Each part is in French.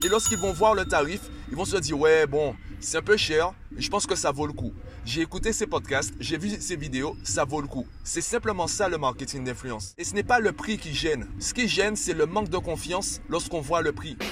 Et lorsqu'ils vont voir le tarif, ils vont se dire « Ouais, bon, c'est un peu cher, mais je pense que ça vaut le coup. J'ai écouté ces podcasts, j'ai vu ces vidéos, ça vaut le coup. » C'est simplement ça le marketing d'influence. Et ce n'est pas le prix qui gêne. Ce qui gêne, c'est le manque de confiance lorsqu'on voit le prix.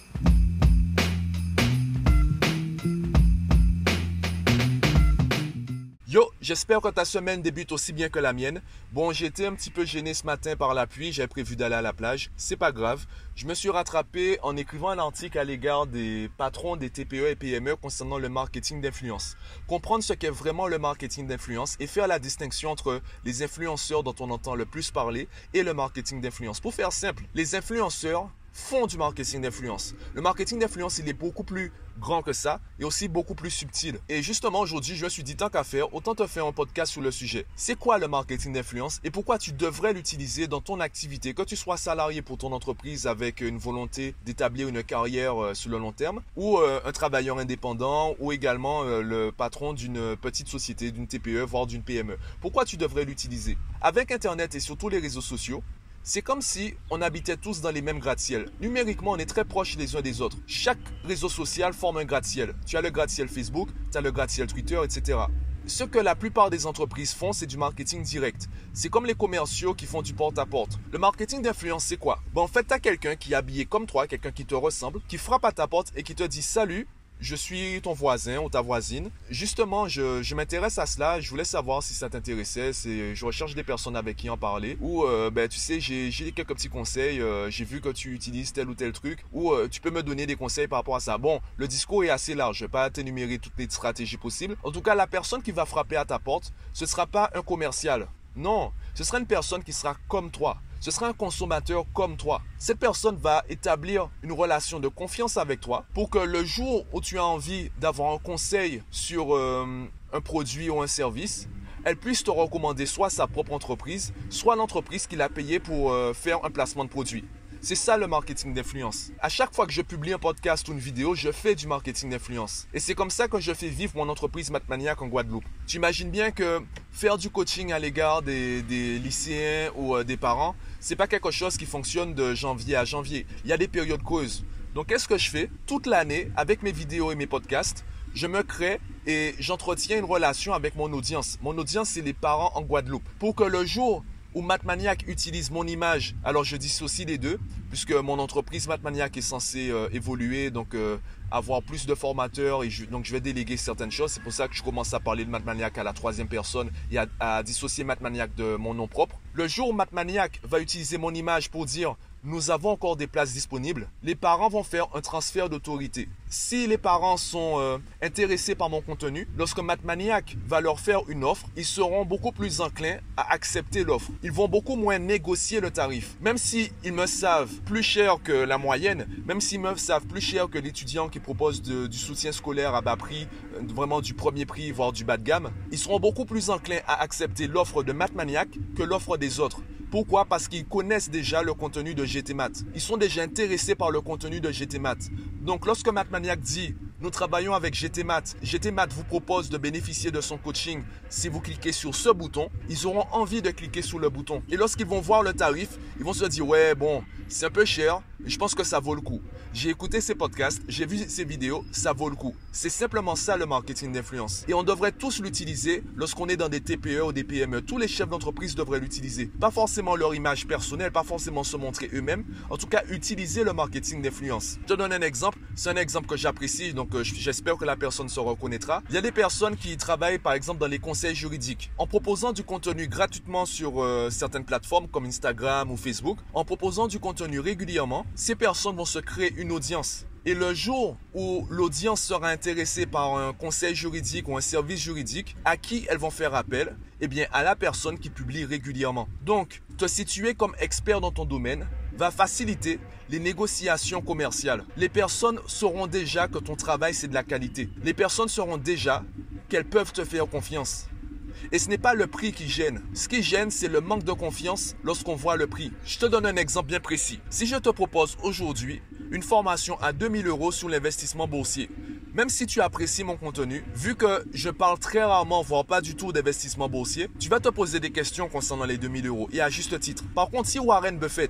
Yo, j'espère que ta semaine débute aussi bien que la mienne. Bon, j'ai été un petit peu gêné ce matin par la pluie, j'avais prévu d'aller à la plage. C'est pas grave. Je me suis rattrapé en écrivant un article à l'égard des patrons des TPE et PME concernant le marketing d'influence. Comprendre ce qu'est vraiment le marketing d'influence et faire la distinction entre les influenceurs dont on entend le plus parler et le marketing d'influence. Pour faire simple, les influenceurs font du marketing d'influence. Le marketing d'influence, il est beaucoup plus grand que ça et aussi beaucoup plus subtil. Et justement, aujourd'hui, je me suis dit, tant qu'à faire, autant te faire un podcast sur le sujet. C'est quoi le marketing d'influence et pourquoi tu devrais l'utiliser dans ton activité, que tu sois salarié pour ton entreprise avec une volonté d'établir une carrière sur le long terme ou un travailleur indépendant ou également le patron d'une petite société, d'une TPE, voire d'une PME. Pourquoi tu devrais l'utiliser? Avec Internet et surtout les réseaux sociaux, c'est comme si on habitait tous dans les mêmes gratte-ciel. Numériquement, on est très proches les uns des autres. Chaque réseau social forme un gratte-ciel. Tu as le gratte-ciel Facebook, tu as le gratte-ciel Twitter, etc. Ce que la plupart des entreprises font, c'est du marketing direct. C'est comme les commerciaux qui font du porte-à-porte. Le marketing d'influence, c'est quoi? En fait, tu as quelqu'un qui est habillé comme toi, quelqu'un qui te ressemble, qui frappe à ta porte et qui te dit « Salut ». Je suis ton voisin ou ta voisine. Justement, je m'intéresse à cela. Je voulais savoir si ça t'intéressait. Je recherche des personnes avec qui en parler. Ou, tu sais, j'ai quelques petits conseils. J'ai vu que tu utilises tel ou tel truc. Ou tu peux me donner des conseils par rapport à ça. Bon, le discours est assez large. Je ne vais pas t'énumérer toutes les stratégies possibles. En tout cas, la personne qui va frapper à ta porte, ce ne sera pas un commercial. Non, ce sera une personne qui sera comme toi. Ce sera un consommateur comme toi. Cette personne va établir une relation de confiance avec toi pour que le jour où tu as envie d'avoir un conseil sur un produit ou un service, elle puisse te recommander soit sa propre entreprise, soit l'entreprise qui l'a payé pour faire un placement de produit. C'est ça le marketing d'influence. À chaque fois que je publie un podcast ou une vidéo, je fais du marketing d'influence. Et c'est comme ça que je fais vivre mon entreprise Mathmaniac en Guadeloupe. Tu imagines bien que faire du coaching à l'égard des lycéens ou des parents, c'est pas quelque chose qui fonctionne de janvier à janvier. Il y a des périodes creuses. Donc qu'est-ce que je fais? Toute l'année, avec mes vidéos et mes podcasts, je me crée et j'entretiens une relation avec mon audience. Mon audience, c'est les parents en Guadeloupe. Pour que le jour où Mathmaniac utilise mon image, alors je dissocie les deux, puisque mon entreprise Mathmaniac est censée évoluer, donc avoir plus de formateurs, et donc je vais déléguer certaines choses. C'est pour ça que je commence à parler de Mathmaniac à la troisième personne et à dissocier Mathmaniac de mon nom propre. Le jour où Mathmaniac va utiliser mon image pour dire « Nous avons encore des places disponibles », les parents vont faire un transfert d'autorité. Si les parents sont intéressés par mon contenu, lorsque Mathmaniac va leur faire une offre, ils seront beaucoup plus enclins à accepter l'offre. Ils vont beaucoup moins négocier le tarif. Même s'ils me savent plus cher que la moyenne, même s'ils me savent plus cher que l'étudiant qui propose du soutien scolaire à bas prix, vraiment du premier prix, voire du bas de gamme, ils seront beaucoup plus enclins à accepter l'offre de Mathmaniac que l'offre des autres. Pourquoi? Parce qu'ils connaissent déjà le contenu de GTMath. Ils sont déjà intéressés par le contenu de GTMath. Donc, lorsque Mathmaniac dit « Nous travaillons avec GTMath. GTMath vous propose de bénéficier de son coaching si vous cliquez sur ce bouton. » Ils auront envie de cliquer sur le bouton. Et lorsqu'ils vont voir le tarif, ils vont se dire « Ouais, bon, c'est un peu cher, mais je pense que ça vaut le coup. J'ai écouté ces podcasts, j'ai vu ces vidéos, ça vaut le coup. » C'est simplement ça le marketing d'influence. Et on devrait tous l'utiliser lorsqu'on est dans des TPE ou des PME. Tous les chefs d'entreprise devraient l'utiliser. Pas forcément leur image personnelle, pas forcément se montrer eux-mêmes. En tout cas, utiliser le marketing d'influence. Je te donne un exemple. C'est un exemple que j'apprécie, donc j'espère que la personne se reconnaîtra. Il y a des personnes qui travaillent par exemple dans les conseils juridiques. En proposant du contenu gratuitement sur certaines plateformes comme Instagram ou Facebook, en proposant du contenu régulièrement, ces personnes vont se créer une audience. Et le jour où l'audience sera intéressée par un conseil juridique ou un service juridique, à qui elles vont faire appel? Eh bien, à la personne qui publie régulièrement. Donc, te situer comme expert dans ton domaine va faciliter les négociations commerciales. Les personnes sauront déjà que ton travail, c'est de la qualité. Les personnes sauront déjà qu'elles peuvent te faire confiance. Et ce n'est pas le prix qui gêne. Ce qui gêne, c'est le manque de confiance lorsqu'on voit le prix. Je te donne un exemple bien précis. Si je te propose aujourd'hui une formation à 2000 € sur l'investissement boursier, même si tu apprécies mon contenu, vu que je parle très rarement, voire pas du tout d'investissement boursier, tu vas te poser des questions concernant les 2000 € et à juste titre. Par contre, si Warren Buffett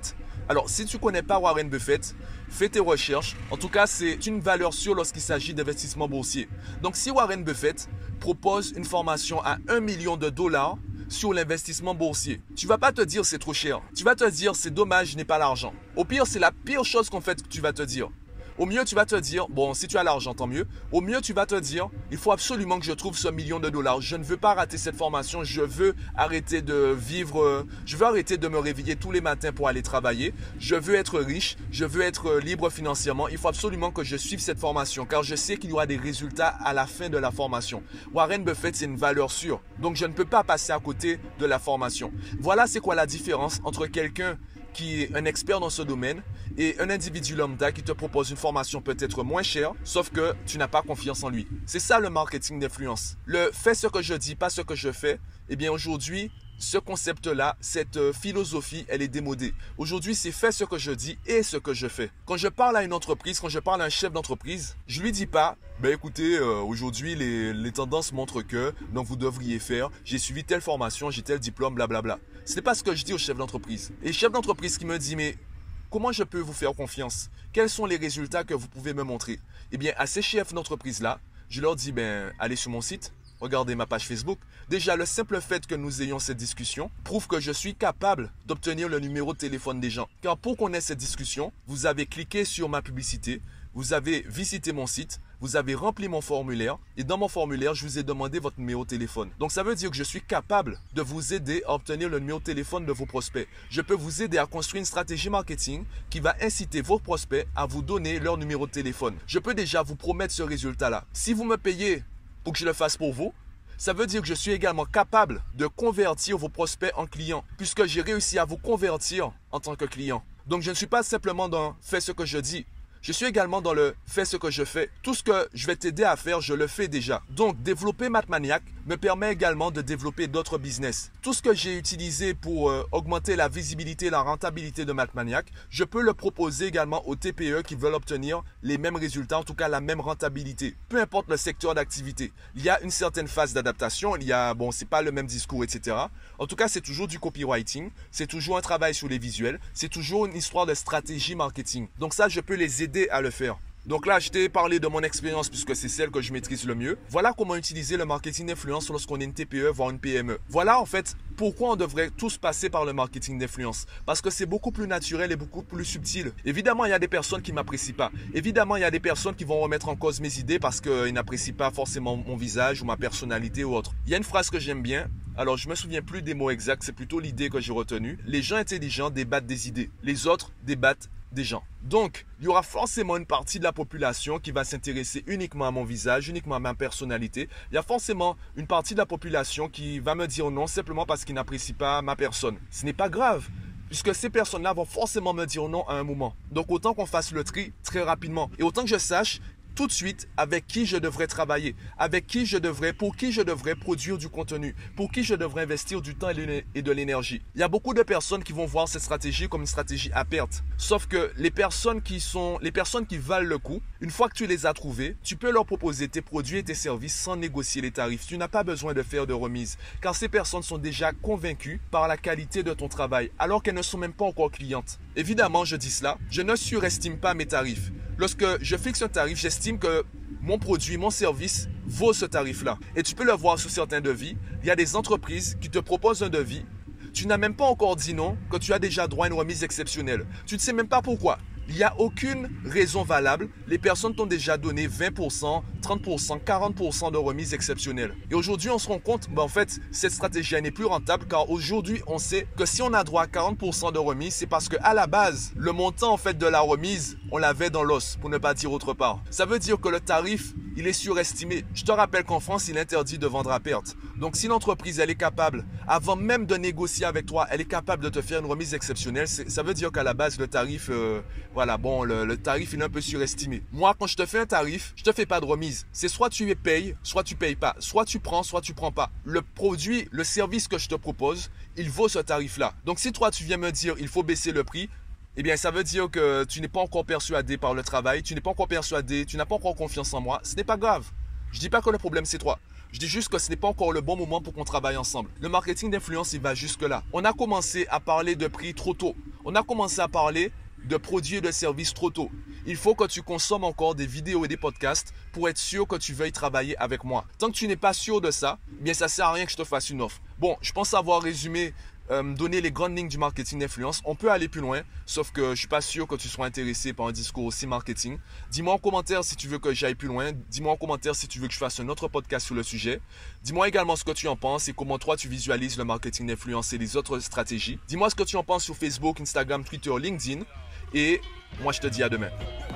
Alors, si tu ne connais pas Warren Buffett, fais tes recherches. En tout cas, c'est une valeur sûre lorsqu'il s'agit d'investissement boursier. Donc, si Warren Buffett propose une formation à 1 million de dollars sur l'investissement boursier, tu vas pas te dire c'est trop cher. Tu vas te dire c'est dommage, je n'ai pas l'argent. Au pire, c'est la pire chose qu'en fait tu vas te dire. Au mieux, tu vas te dire, bon, si tu as l'argent, tant mieux. Au mieux, tu vas te dire, il faut absolument que je trouve ce million de dollars. Je ne veux pas rater cette formation. Je veux arrêter de vivre, je veux arrêter de me réveiller tous les matins pour aller travailler. Je veux être riche. Je veux être libre financièrement. Il faut absolument que je suive cette formation car je sais qu'il y aura des résultats à la fin de la formation. Warren Buffett, c'est une valeur sûre. Donc, je ne peux pas passer à côté de la formation. Voilà, c'est quoi la différence entre quelqu'un qui est un expert dans ce domaine et un individu lambda qui te propose une formation peut-être moins chère, sauf que tu n'as pas confiance en lui. C'est ça le marketing d'influence. Le fais ce que je dis, pas ce que je fais. Eh bien aujourd'hui, ce concept-là, cette philosophie, elle est démodée. Aujourd'hui, c'est fais ce que je dis et ce que je fais. Quand je parle à une entreprise, quand je parle à un chef d'entreprise, je lui dis pas, ben écoutez, aujourd'hui, les tendances montrent que, donc vous devriez faire, j'ai suivi telle formation, j'ai tel diplôme, blablabla. Ce n'est pas ce que je dis au chef d'entreprise. Et le chef d'entreprise qui me dit, mais comment je peux vous faire confiance? Quels sont les résultats que vous pouvez me montrer? Eh bien, à ces chefs d'entreprise-là, je leur dis, ben, allez sur mon site, regardez ma page Facebook. Déjà, le simple fait que nous ayons cette discussion prouve que je suis capable d'obtenir le numéro de téléphone des gens. Car pour qu'on ait cette discussion, vous avez cliqué sur ma publicité, vous avez visité mon site, vous avez rempli mon formulaire et dans mon formulaire, je vous ai demandé votre numéro de téléphone. Donc, ça veut dire que je suis capable de vous aider à obtenir le numéro de téléphone de vos prospects. Je peux vous aider à construire une stratégie marketing qui va inciter vos prospects à vous donner leur numéro de téléphone. Je peux déjà vous promettre ce résultat-là. Si vous me payez pour que je le fasse pour vous, ça veut dire que je suis également capable de convertir vos prospects en clients puisque j'ai réussi à vous convertir en tant que client. Donc, je ne suis pas simplement dans « fais ce que je dis ». Je suis également dans le « fais ce que je fais ». Tout ce que je vais t'aider à faire, je le fais déjà. Donc, développer Mathmaniac me permet également de développer d'autres business. Tout ce que j'ai utilisé pour augmenter la visibilité et la rentabilité de Mathmaniac, je peux le proposer également aux TPE qui veulent obtenir les mêmes résultats, en tout cas la même rentabilité. Peu importe le secteur d'activité. Il y a une certaine phase d'adaptation, il y a, bon, c'est pas le même discours, etc. En tout cas, c'est toujours du copywriting, c'est toujours un travail sur les visuels, c'est toujours une histoire de stratégie marketing. Donc ça, je peux les aider à le faire. Donc là, je t'ai parlé de mon expérience puisque c'est celle que je maîtrise le mieux. Voilà comment utiliser le marketing d'influence lorsqu'on est une TPE, voire une PME. Voilà en fait pourquoi on devrait tous passer par le marketing d'influence. Parce que c'est beaucoup plus naturel et beaucoup plus subtil. Évidemment, il y a des personnes qui ne m'apprécient pas. Évidemment, il y a des personnes qui vont remettre en cause mes idées parce qu'ils n'apprécient pas forcément mon visage ou ma personnalité ou autre. Il y a une phrase que j'aime bien. Alors, je me souviens plus des mots exacts, c'est plutôt l'idée que j'ai retenue. Les gens intelligents débattent des idées. Les autres débattent des gens. Donc, il y aura forcément une partie de la population qui va s'intéresser uniquement à mon visage, uniquement à ma personnalité. Il y a forcément une partie de la population qui va me dire non simplement parce qu'ils n'apprécient pas ma personne. Ce n'est pas grave, puisque ces personnes-là vont forcément me dire non à un moment. Donc, autant qu'on fasse le tri très rapidement. Et autant que je sache tout de suite avec qui je devrais travailler, avec qui je devrais, pour qui je devrais produire du contenu, pour qui je devrais investir du temps et de l'énergie. Il y a beaucoup de personnes qui vont voir cette stratégie comme une stratégie à perte. Sauf que les personnes qui valent le coup, une fois que tu les as trouvées, tu peux leur proposer tes produits et tes services sans négocier les tarifs. Tu n'as pas besoin de faire de remise, car ces personnes sont déjà convaincues par la qualité de ton travail, alors qu'elles ne sont même pas encore clientes. Évidemment, je dis cela, je ne surestime pas mes tarifs. Lorsque je fixe un tarif, j'estime que mon produit, mon service vaut ce tarif-là. Et tu peux le voir sur certains devis. Il y a des entreprises qui te proposent un devis. Tu n'as même pas encore dit non, que tu as déjà droit à une remise exceptionnelle. Tu ne sais même pas pourquoi. Il n'y a aucune raison valable. Les personnes t'ont déjà donné 20%, 30%, 40% de remise exceptionnelle. Et aujourd'hui, on se rend compte, en fait, cette stratégie n'est plus rentable car aujourd'hui, on sait que si on a droit à 40% de remise, c'est parce qu'à la base, le montant en fait de la remise, on l'avait dans l'os, pour ne pas dire autre part. Ça veut dire que le tarif, il est surestimé. Je te rappelle qu'en France, il est interdit de vendre à perte. Donc, si l'entreprise, elle est capable, avant même de négocier avec toi, elle est capable de te faire une remise exceptionnelle, ça veut dire qu'à la base, le tarif, voilà, bon, le tarif, il est un peu surestimé. Moi, quand je te fais un tarif, je te fais pas de remise. C'est soit tu payes, soit tu payes pas. Soit tu prends, soit tu prends pas. Le produit, le service que je te propose, il vaut ce tarif-là. Donc, si toi, tu viens me dire, il faut baisser le prix, eh bien, ça veut dire que tu n'es pas encore persuadé par le travail, tu n'es pas encore persuadé, tu n'as pas encore confiance en moi. Ce n'est pas grave. Je dis pas que le problème, c'est toi. Je dis juste que ce n'est pas encore le bon moment pour qu'on travaille ensemble. Le marketing d'influence, il va jusque-là. On a commencé à parler de prix trop tôt. On a commencé à parler de produits et de services trop tôt. Il faut que tu consommes encore des vidéos et des podcasts pour être sûr que tu veuilles travailler avec moi. Tant que tu n'es pas sûr de ça, bien ça ne sert à rien que je te fasse une offre. Bon, je pense avoir résumé, donné les grandes lignes du marketing d'influence. On peut aller plus loin, sauf que je ne suis pas sûr que tu sois intéressé par un discours aussi marketing. Dis-moi en commentaire si tu veux que j'aille plus loin. Dis-moi en commentaire si tu veux que je fasse un autre podcast sur le sujet. Dis-moi également ce que tu en penses et comment toi tu visualises le marketing d'influence et les autres stratégies. Dis-moi ce que tu en penses sur Facebook, Instagram, Twitter, LinkedIn. Et moi, je te dis à demain.